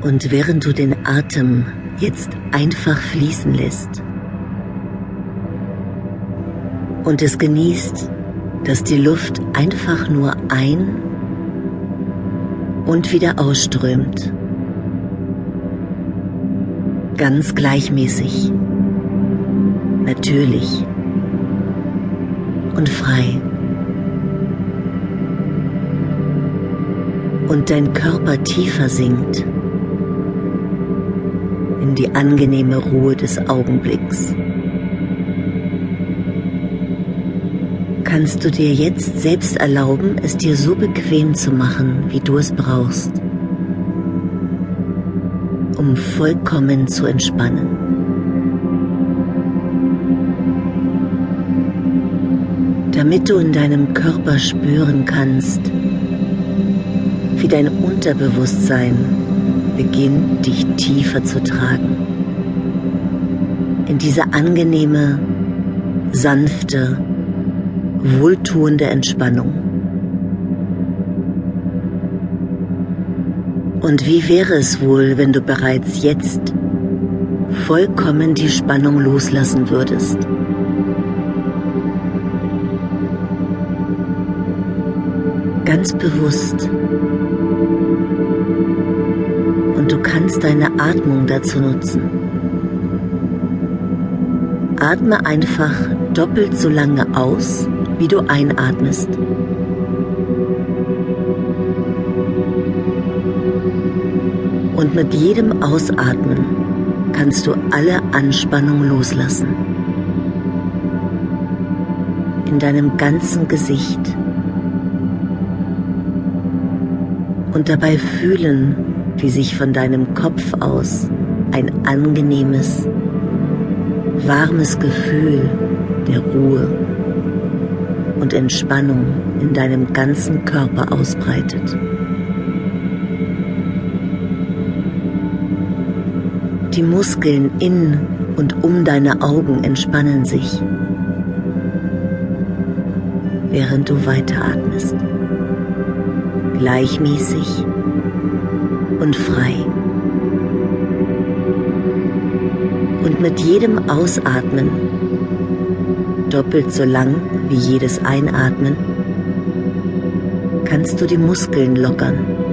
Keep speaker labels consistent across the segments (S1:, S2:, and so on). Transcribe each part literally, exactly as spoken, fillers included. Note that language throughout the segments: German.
S1: Und während du den Atem jetzt einfach fließen lässt und es genießt, dass die Luft einfach nur ein- und wieder ausströmt, ganz gleichmäßig, natürlich und frei. Und dein Körper tiefer sinkt in die angenehme Ruhe des Augenblicks, kannst du dir jetzt selbst erlauben, es dir so bequem zu machen, wie du es brauchst, um vollkommen zu entspannen. Damit du in deinem Körper spüren kannst, wie dein Unterbewusstsein beginnt, dich tiefer zu tragen. In diese angenehme, sanfte, wohltuende Entspannung. Und wie wäre es wohl, wenn du bereits jetzt vollkommen die Spannung loslassen würdest? Ganz bewusst. Und du kannst deine Atmung dazu nutzen. Atme einfach doppelt so lange aus, wie du einatmest. Und mit jedem Ausatmen kannst du alle Anspannung loslassen. In deinem ganzen Gesicht. Und dabei fühlen, wie sich von deinem Kopf aus ein angenehmes, warmes Gefühl der Ruhe und Entspannung in deinem ganzen Körper ausbreitet. Die Muskeln in und um deine Augen entspannen sich, während du weiteratmest. Gleichmäßig und frei. Und mit jedem Ausatmen, doppelt so lang wie jedes Einatmen, kannst du die Muskeln lockern.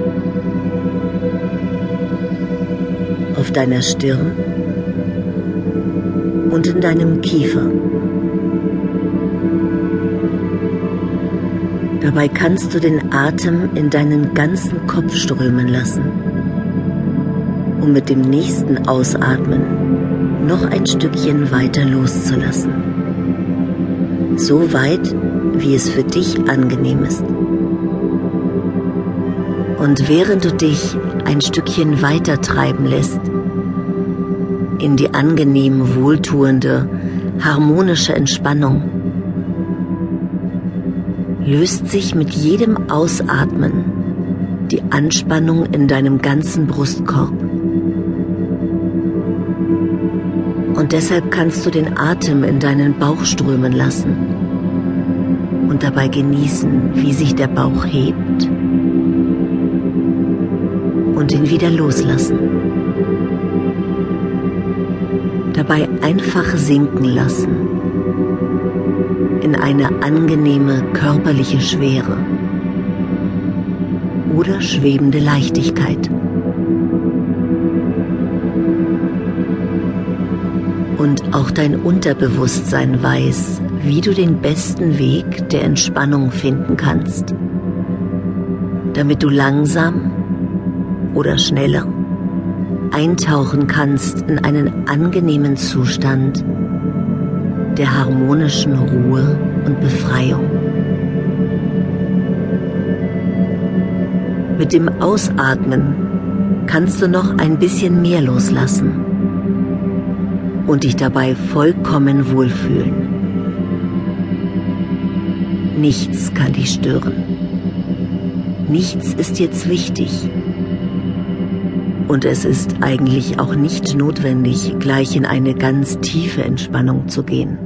S1: Auf deiner Stirn und in deinem Kiefer. Dabei kannst du den Atem in deinen ganzen Kopf strömen lassen, um mit dem nächsten Ausatmen noch ein Stückchen weiter loszulassen. So weit, wie es für dich angenehm ist. Und während du dich ein Stückchen weiter treiben lässt, in die angenehm wohltuende, harmonische Entspannung, löst sich mit jedem Ausatmen die Anspannung in deinem ganzen Brustkorb. Und deshalb kannst du den Atem in deinen Bauch strömen lassen und dabei genießen, wie sich der Bauch hebt und ihn wieder loslassen. Dabei einfach sinken lassen in eine angenehme körperliche Schwere oder schwebende Leichtigkeit. Und auch dein Unterbewusstsein weiß, wie du den besten Weg der Entspannung finden kannst, damit du langsam oder schneller eintauchen kannst in einen angenehmen Zustand der harmonischen Ruhe und Befreiung. Mit dem Ausatmen kannst du noch ein bisschen mehr loslassen und dich dabei vollkommen wohlfühlen. Nichts kann dich stören. Nichts ist jetzt wichtig. Und es ist eigentlich auch nicht notwendig, gleich in eine ganz tiefe Entspannung zu gehen.